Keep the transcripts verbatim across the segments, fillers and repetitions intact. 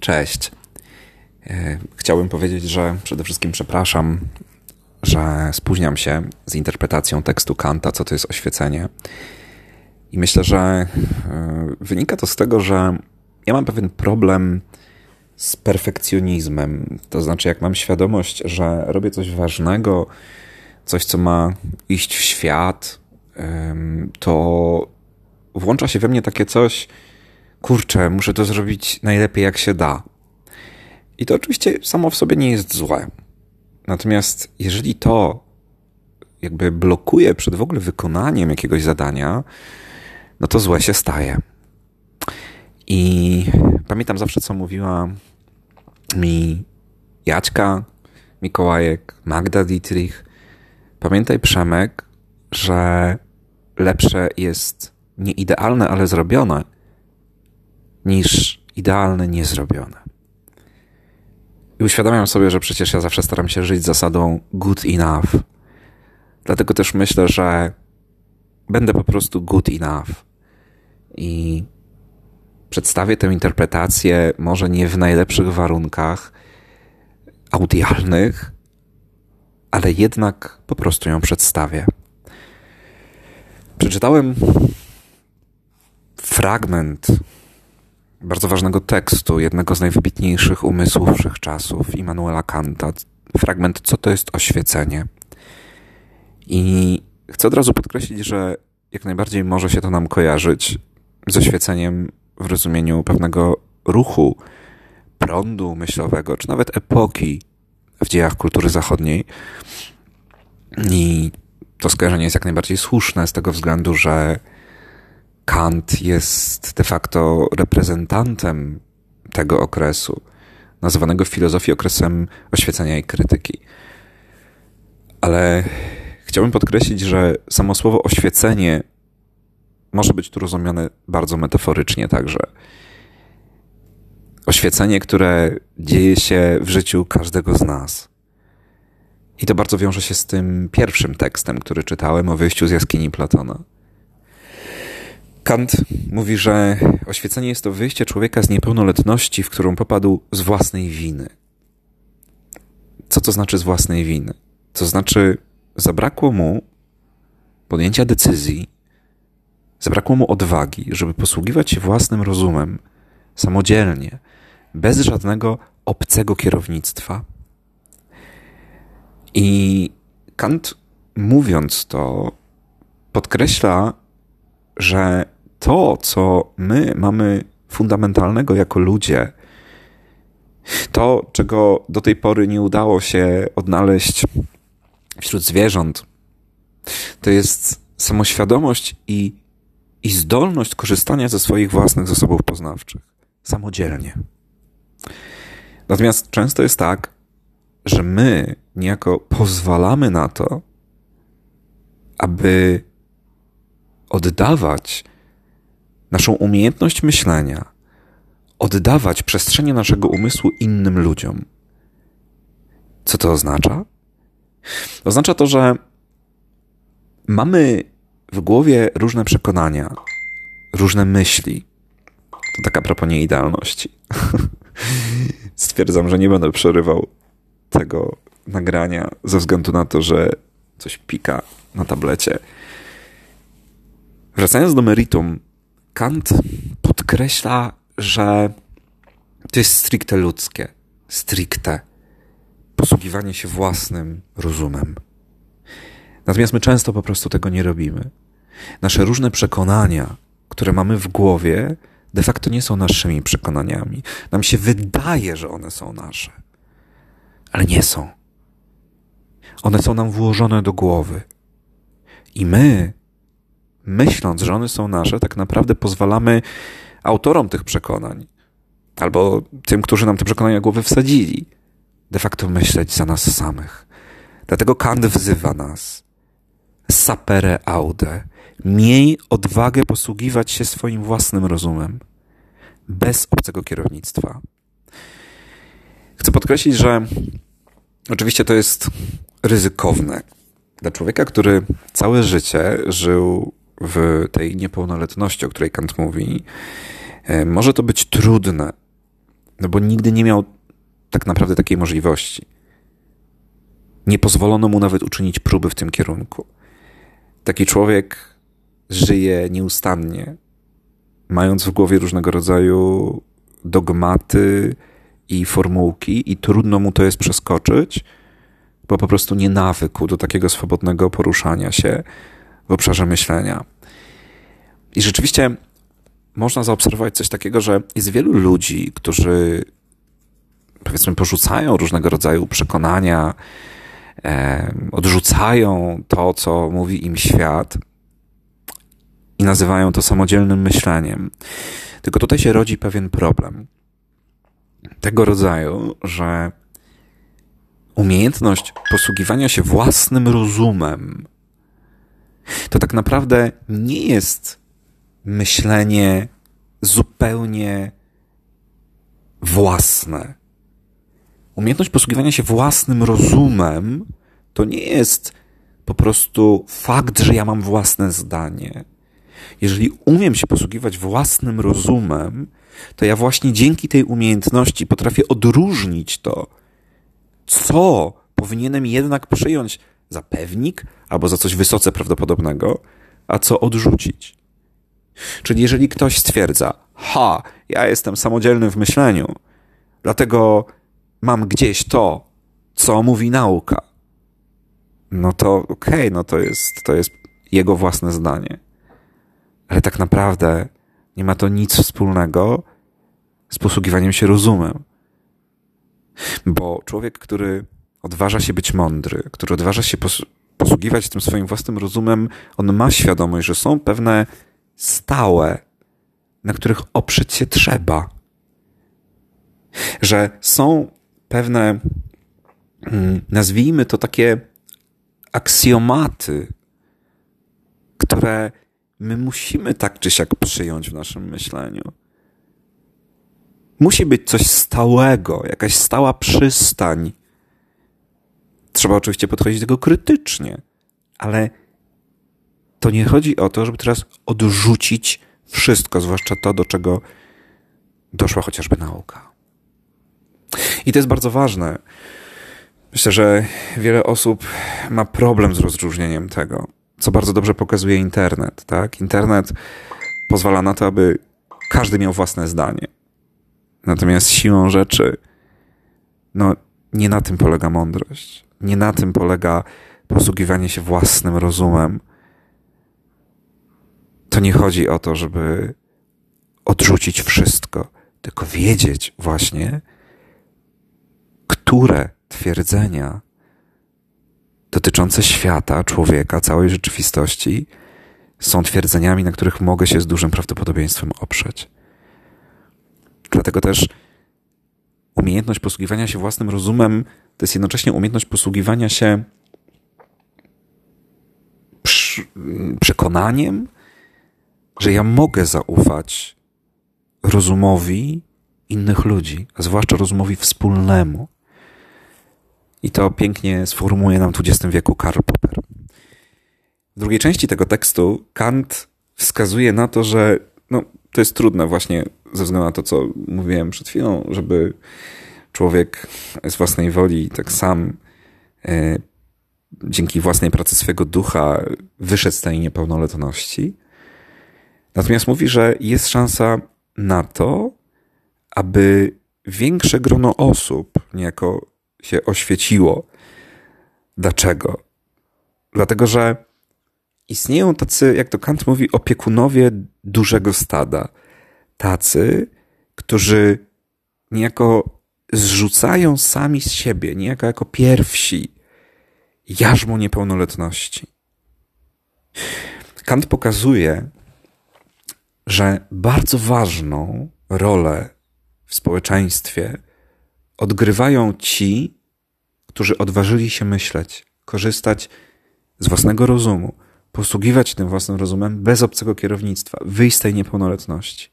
Cześć. Chciałbym powiedzieć, że przede wszystkim przepraszam, że spóźniam się z interpretacją tekstu Kanta, co to jest oświecenie. I myślę, że wynika to z tego, że ja mam pewien problem z perfekcjonizmem. To znaczy, jak mam świadomość, że robię coś ważnego, coś, co ma iść w świat, to włącza się we mnie takie coś, kurczę, muszę to zrobić najlepiej jak się da. I to oczywiście samo w sobie nie jest złe. Natomiast jeżeli to jakby blokuje przed w ogóle wykonaniem jakiegoś zadania, no to złe się staje. I pamiętam zawsze, co mówiła mi Jaćka, Mikołajek, Magda Dietrich. Pamiętaj, Przemek, że lepsze jest nie idealne, ale zrobione, niż idealne, niezrobione. I uświadamiam sobie, że przecież ja zawsze staram się żyć zasadą good enough. Dlatego też myślę, że będę po prostu good enough. I przedstawię tę interpretację może nie w najlepszych warunkach audialnych, ale jednak po prostu ją przedstawię. Przeczytałem fragment bardzo ważnego tekstu jednego z najwybitniejszych umysłów wszechczasów, Immanuela Kanta. Fragment, co to jest oświecenie. I chcę od razu podkreślić, że jak najbardziej może się to nam kojarzyć z oświeceniem w rozumieniu pewnego ruchu, prądu myślowego, czy nawet epoki w dziejach kultury zachodniej. I to skojarzenie jest jak najbardziej słuszne z tego względu, że Kant jest de facto reprezentantem tego okresu, nazywanego w filozofii okresem oświecenia i krytyki. Ale chciałbym podkreślić, że samo słowo oświecenie może być tu rozumiane bardzo metaforycznie także. Oświecenie, które dzieje się w życiu każdego z nas. I to bardzo wiąże się z tym pierwszym tekstem, który czytałem o wyjściu z jaskini Platona. Kant mówi, że oświecenie jest to wyjście człowieka z niepełnoletności, w którą popadł z własnej winy. Co to znaczy z własnej winy? To znaczy, zabrakło mu podjęcia decyzji, zabrakło mu odwagi, żeby posługiwać się własnym rozumem samodzielnie, bez żadnego obcego kierownictwa. I Kant, mówiąc to, podkreśla, że to, co my mamy fundamentalnego jako ludzie, to, czego do tej pory nie udało się odnaleźć wśród zwierząt, to jest samoświadomość i, i zdolność korzystania ze swoich własnych zasobów poznawczych samodzielnie. Natomiast często jest tak, że my niejako pozwalamy na to, aby oddawać naszą umiejętność myślenia, oddawać przestrzenie naszego umysłu innym ludziom. Co to oznacza? Oznacza to, że mamy w głowie różne przekonania, różne myśli. To tak a propos nieidealności. Stwierdzam, że nie będę przerywał tego nagrania ze względu na to, że coś pika na tablecie. Wracając do meritum, Kant podkreśla, że to jest stricte ludzkie, stricte posługiwanie się własnym rozumem. Natomiast my często po prostu tego nie robimy. Nasze różne przekonania, które mamy w głowie, de facto nie są naszymi przekonaniami. Nam się wydaje, że one są nasze, ale nie są. One są nam włożone do głowy. I my, myśląc, że one są nasze, tak naprawdę pozwalamy autorom tych przekonań albo tym, którzy nam te przekonania w głowy wsadzili, de facto myśleć za nas samych. Dlatego Kant wzywa nas: sapere aude. Miej odwagę posługiwać się swoim własnym rozumem, bez obcego kierownictwa. Chcę podkreślić, że oczywiście to jest ryzykowne. Dla człowieka, który całe życie żył w tej niepełnoletności, o której Kant mówi, może to być trudne. No bo nigdy nie miał tak naprawdę takiej możliwości. Nie pozwolono mu nawet uczynić próby w tym kierunku. Taki człowiek żyje nieustannie, mając w głowie różnego rodzaju dogmaty i formułki i trudno mu to jest przeskoczyć, bo po prostu nie nawykł do takiego swobodnego poruszania się w obszarze myślenia. I rzeczywiście można zaobserwować coś takiego, że jest wielu ludzi, którzy powiedzmy porzucają różnego rodzaju przekonania, e, odrzucają to, co mówi im świat i nazywają to samodzielnym myśleniem. Tylko tutaj się rodzi pewien problem. Tego rodzaju, że umiejętność posługiwania się własnym rozumem to tak naprawdę nie jest myślenie zupełnie własne. Umiejętność posługiwania się własnym rozumem to nie jest po prostu fakt, że ja mam własne zdanie. Jeżeli umiem się posługiwać własnym rozumem, to ja właśnie dzięki tej umiejętności potrafię odróżnić to, co powinienem jednak przyjąć za pewnik albo za coś wysoce prawdopodobnego, a co odrzucić. Czyli jeżeli ktoś stwierdza, ha, ja jestem samodzielny w myśleniu, dlatego mam gdzieś to, co mówi nauka, no to okej, okay, no to jest, to jest jego własne zdanie. Ale tak naprawdę nie ma to nic wspólnego z posługiwaniem się rozumem. Bo człowiek, który odważa się być mądry, który odważa się pos- posługiwać tym swoim własnym rozumem, on ma świadomość, że są pewne stałe, na których oprzeć się trzeba. Że są pewne, nazwijmy to takie aksjomaty, które my musimy tak czy siak przyjąć w naszym myśleniu. Musi być coś stałego, jakaś stała przystań. Trzeba oczywiście podchodzić do tego krytycznie, ale to nie chodzi o to, żeby teraz odrzucić wszystko, zwłaszcza to, do czego doszła chociażby nauka. I to jest bardzo ważne. Myślę, że wiele osób ma problem z rozróżnieniem tego, co bardzo dobrze pokazuje internet. Tak? Internet pozwala na to, aby każdy miał własne zdanie. Natomiast siłą rzeczy, no nie na tym polega mądrość. Nie na tym polega posługiwanie się własnym rozumem. To nie chodzi o to, żeby odrzucić wszystko, tylko wiedzieć właśnie, które twierdzenia dotyczące świata, człowieka, całej rzeczywistości są twierdzeniami, na których mogę się z dużym prawdopodobieństwem oprzeć. Dlatego też umiejętność posługiwania się własnym rozumem to jest jednocześnie umiejętność posługiwania się przekonaniem, że ja mogę zaufać rozumowi innych ludzi, a zwłaszcza rozumowi wspólnemu. I to pięknie sformułuje nam w dwudziestym wieku Karl Popper. W drugiej części tego tekstu Kant wskazuje na to, że no, to jest trudne właśnie ze względu na to, co mówiłem przed chwilą, żeby człowiek z własnej woli tak sam e, dzięki własnej pracy swego ducha wyszedł z tej niepełnoletności. Natomiast mówi, że jest szansa na to, aby większe grono osób niejako się oświeciło. Dlaczego? Dlatego, że istnieją tacy, jak to Kant mówi, opiekunowie dużego stada. Tacy, którzy niejako zrzucają sami z siebie, niejako jako pierwsi, jarzmo niepełnoletności. Kant pokazuje, że bardzo ważną rolę w społeczeństwie odgrywają ci, którzy odważyli się myśleć, korzystać z własnego rozumu, posługiwać tym własnym rozumem bez obcego kierownictwa, wyjść z tej niepełnoletności.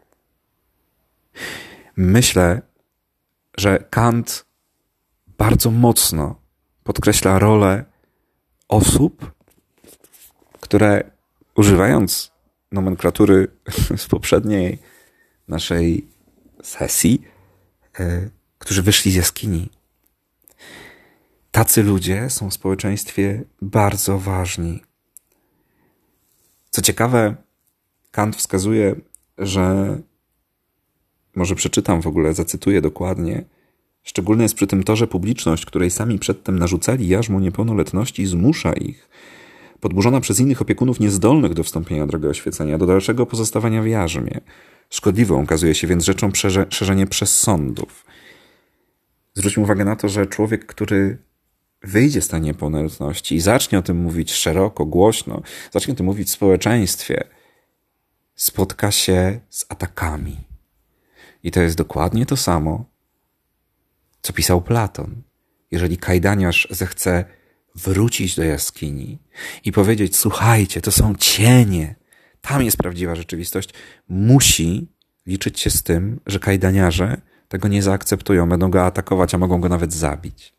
Myślę, że Kant bardzo mocno podkreśla rolę osób, które używając nomenklatury z poprzedniej naszej sesji, yy, którzy wyszli z jaskini. Tacy ludzie są w społeczeństwie bardzo ważni. Co ciekawe, Kant wskazuje, że, może przeczytam w ogóle, zacytuję dokładnie, szczególnie jest przy tym to, że publiczność, której sami przedtem narzucali jarzmo niepełnoletności, zmusza ich, podburzona przez innych opiekunów niezdolnych do wstąpienia drogę oświecenia, do dalszego pozostawania w jarzmie. Szkodliwą okazuje się więc rzeczą szerzenie przesądów. Zwróćmy uwagę na to, że człowiek, który wyjdzie z tej niepełnoletności i zacznie o tym mówić szeroko, głośno, zacznie o tym mówić w społeczeństwie, spotka się z atakami. I to jest dokładnie to samo, co pisał Platon. Jeżeli kajdaniarz zechce wrócić do jaskini i powiedzieć: słuchajcie, to są cienie, tam jest prawdziwa rzeczywistość, musi liczyć się z tym, że kajdaniarze tego nie zaakceptują, będą go atakować, a mogą go nawet zabić.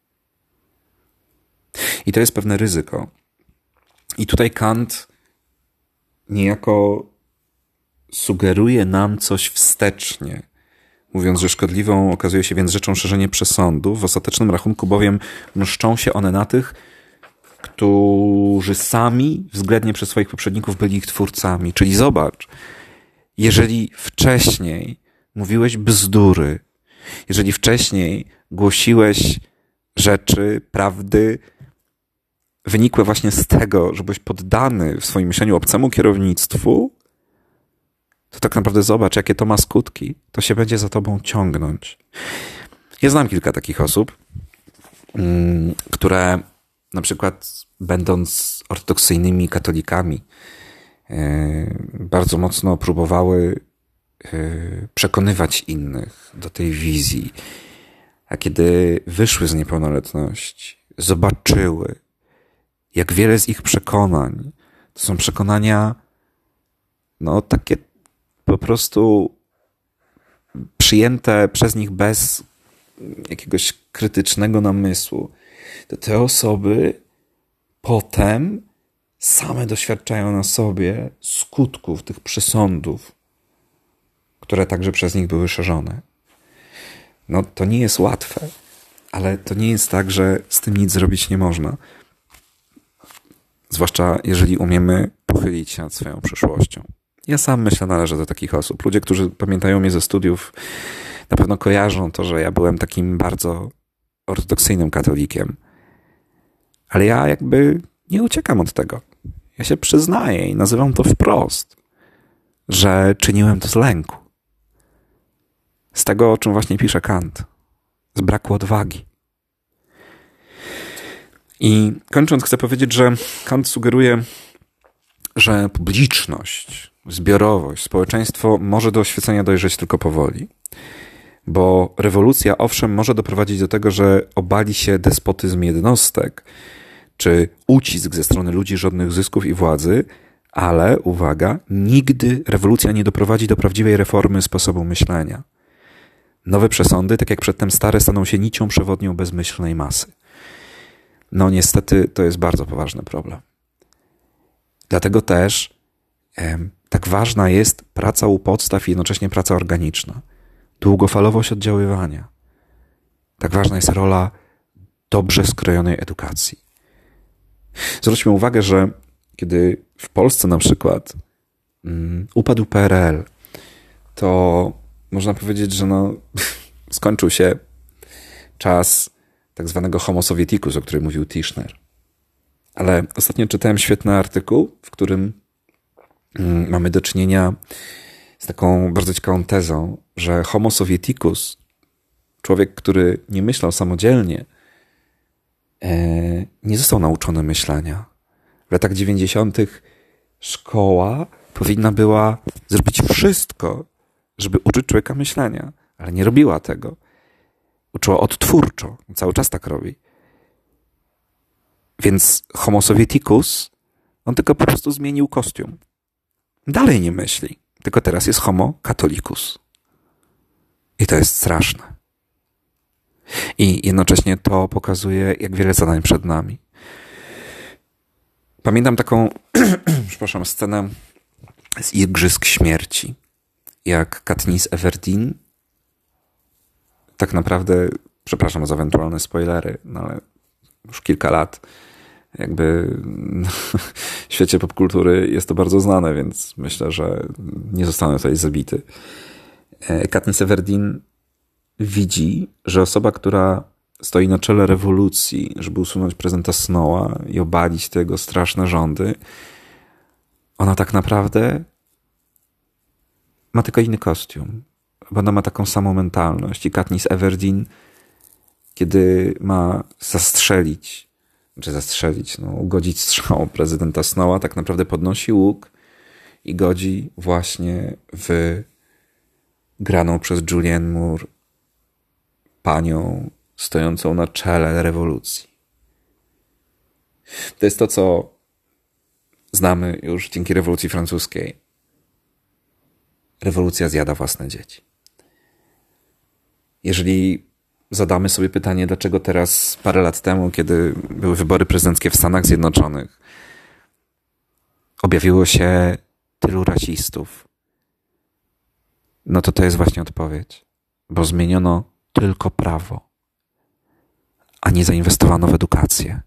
I to jest pewne ryzyko. I tutaj Kant niejako sugeruje nam coś wstecznie, mówiąc, że szkodliwą okazuje się więc rzeczą szerzenie przesądów. W ostatecznym rachunku bowiem mszczą się one na tych, którzy sami względnie przez swoich poprzedników byli ich twórcami. Czyli zobacz, jeżeli wcześniej mówiłeś bzdury, jeżeli wcześniej głosiłeś rzeczy, prawdy wynikłe właśnie z tego, że byłeś poddany w swoim myśleniu obcemu kierownictwu, to tak naprawdę zobacz, jakie to ma skutki. To się będzie za tobą ciągnąć. Ja znam kilka takich osób, które na przykład będąc ortodoksyjnymi katolikami bardzo mocno próbowały przekonywać innych do tej wizji. A kiedy wyszły z niepełnoletności, zobaczyły, jak wiele z ich przekonań to są przekonania no takie po prostu przyjęte przez nich bez jakiegoś krytycznego namysłu, to te osoby potem same doświadczają na sobie skutków tych przesądów, które także przez nich były szerzone. No to nie jest łatwe, ale to nie jest tak, że z tym nic zrobić nie można. Zwłaszcza jeżeli umiemy pochylić się nad swoją przyszłością. Ja sam myślę, należę do takich osób. Ludzie, którzy pamiętają mnie ze studiów, na pewno kojarzą to, że ja byłem takim bardzo ortodoksyjnym katolikiem. Ale ja jakby nie uciekam od tego. Ja się przyznaję i nazywam to wprost, że czyniłem to z lęku. Z tego, o czym właśnie pisze Kant. Z braku odwagi. I kończąc, chcę powiedzieć, że Kant sugeruje, że publiczność, zbiorowość, społeczeństwo może do oświecenia dojrzeć tylko powoli. Bo rewolucja, owszem, może doprowadzić do tego, że obali się despotyzm jednostek, czy ucisk ze strony ludzi żadnych zysków i władzy, ale, uwaga, nigdy rewolucja nie doprowadzi do prawdziwej reformy sposobu myślenia. Nowe przesądy, tak jak przedtem stare, staną się nicią przewodnią bezmyślnej masy. No niestety to jest bardzo poważny problem. Dlatego też e, tak ważna jest praca u podstaw i jednocześnie praca organiczna. Długofalowość oddziaływania. Tak ważna jest rola dobrze skrojonej edukacji. Zwróćmy uwagę, że kiedy w Polsce na przykład um, upadł P R L, to można powiedzieć, że no, skończył się czas tak zwanego homo sovieticus, o którym mówił Tischner. Ale ostatnio czytałem świetny artykuł, w którym um, mamy do czynienia z taką bardzo ciekawą tezą, że homo sovieticus, człowiek, który nie myślał samodzielnie, e, nie został nauczony myślenia. W latach dziewięćdziesiątych szkoła powinna była zrobić wszystko, żeby uczyć człowieka myślenia, ale nie robiła tego. Uczyła odtwórczo, cały czas tak robi. Więc homo sovieticus, on tylko po prostu zmienił kostium. Dalej nie myśli, tylko teraz jest homo catholicus. I to jest straszne. I jednocześnie to pokazuje, jak wiele zadań przed nami. Pamiętam taką, przepraszam, scenę z Igrzysk Śmierci. Jak Katniss Everdeen tak naprawdę, przepraszam za ewentualne spoilery, no ale już kilka lat jakby w świecie popkultury jest to bardzo znane, więc myślę, że nie zostanę tutaj zabity. Katniss Everdeen widzi, że osoba, która stoi na czele rewolucji, żeby usunąć prezydenta Snowa i obalić te jego straszne rządy, ona tak naprawdę ma tylko inny kostium, bo ona ma taką samą mentalność. I Katniss Everdeen, kiedy ma zastrzelić, czy zastrzelić, no, ugodzić strzał prezydenta Snowa, tak naprawdę podnosi łuk i godzi właśnie w graną przez Julianne Moore panią stojącą na czele rewolucji. To jest to, co znamy już dzięki rewolucji francuskiej. Rewolucja zjada własne dzieci. Jeżeli zadamy sobie pytanie, dlaczego teraz, parę lat temu, kiedy były wybory prezydenckie w Stanach Zjednoczonych, objawiło się tylu rasistów, no to to jest właśnie odpowiedź. Bo zmieniono tylko prawo, a nie zainwestowano w edukację.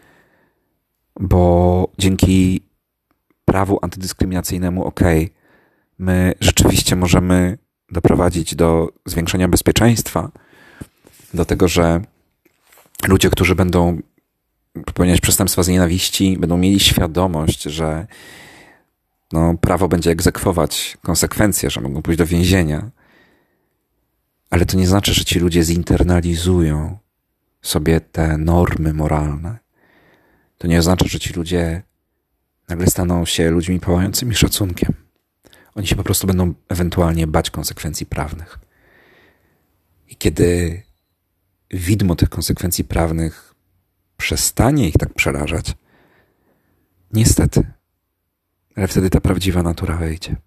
Bo dzięki prawu antydyskryminacyjnemu, okej, okay, my rzeczywiście możemy doprowadzić do zwiększenia bezpieczeństwa, do tego, że ludzie, którzy będą popełniać przestępstwa z nienawiści, będą mieli świadomość, że no, prawo będzie egzekwować konsekwencje, że mogą pójść do więzienia. Ale to nie znaczy, że ci ludzie zinternalizują sobie te normy moralne. To nie oznacza, że ci ludzie nagle staną się ludźmi pałającymi szacunkiem. Oni się po prostu będą ewentualnie bać konsekwencji prawnych. I kiedy widmo tych konsekwencji prawnych przestanie ich tak przerażać, niestety, ale wtedy ta prawdziwa natura wejdzie.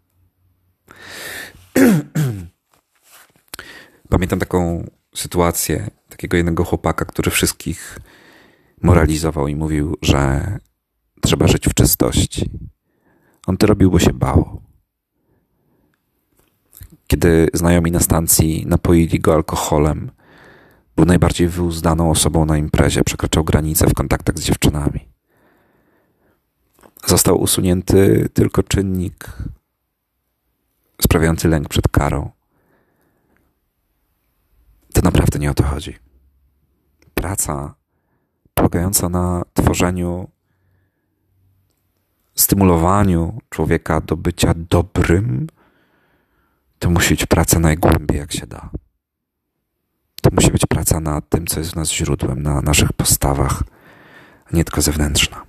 Pamiętam taką sytuację takiego jednego chłopaka, który wszystkich moralizował i mówił, że trzeba żyć w czystości. On to robił, bo się bał. Kiedy znajomi na stacji napoili go alkoholem, był najbardziej wyuzdaną osobą na imprezie, przekraczał granice w kontaktach z dziewczynami. Został usunięty tylko czynnik sprawiający lęk przed karą. To naprawdę nie o to chodzi. Praca polegająca na tworzeniu, stymulowaniu człowieka do bycia dobrym, to musi być praca najgłębiej jak się da. To musi być praca na tym, co jest w nas źródłem, na naszych postawach, a nie tylko zewnętrzna.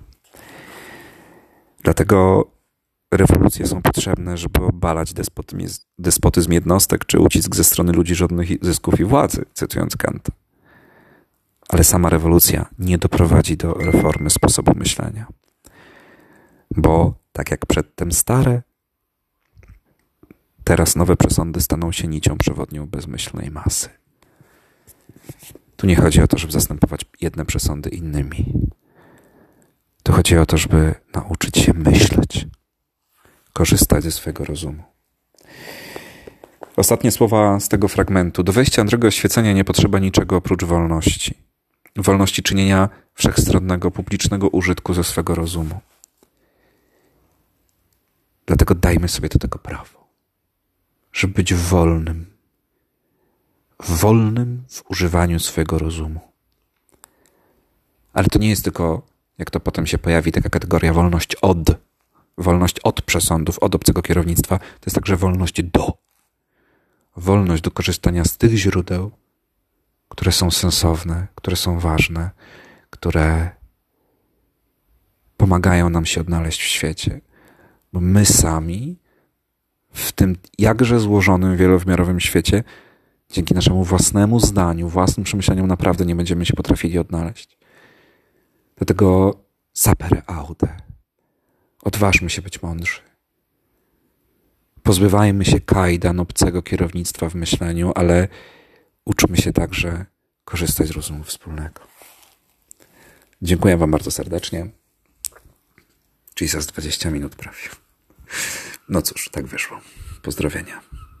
Dlatego rewolucje są potrzebne, żeby obalać despotyzm, despotyzm jednostek czy ucisk ze strony ludzi żądnych zysków i władzy, cytując Kanta. Ale sama rewolucja nie doprowadzi do reformy sposobu myślenia. Bo tak jak przedtem stare, teraz nowe przesądy staną się nicią przewodnią bezmyślnej masy. Tu nie chodzi o to, żeby zastępować jedne przesądy innymi. Tu chodzi o to, żeby nauczyć się myśleć, korzystać ze swego rozumu. Ostatnie słowa z tego fragmentu. Do wejścia Andrego oświecenia nie potrzeba niczego oprócz wolności. Wolności czynienia wszechstronnego, publicznego użytku ze swego rozumu. Dlatego dajmy sobie do tego prawo, żeby być wolnym. Wolnym w używaniu swojego rozumu. Ale to nie jest tylko, jak to potem się pojawi, taka kategoria wolność od. Wolność od przesądów, od obcego kierownictwa. To jest także wolność do. Wolność do korzystania z tych źródeł, które są sensowne, które są ważne, które pomagają nam się odnaleźć w świecie. Bo my sami w tym jakże złożonym, wielowymiarowym świecie dzięki naszemu własnemu zdaniu, własnym przemyśleniom naprawdę nie będziemy się potrafili odnaleźć. Dlatego sapere aude. Odważmy się być mądrzy. Pozbywajmy się kajdan obcego kierownictwa w myśleniu, ale uczmy się także korzystać z rozumu wspólnego. Dziękuję wam bardzo serdecznie. Czyli za dwadzieścia minut prawie. No cóż, tak wyszło. Pozdrowienia.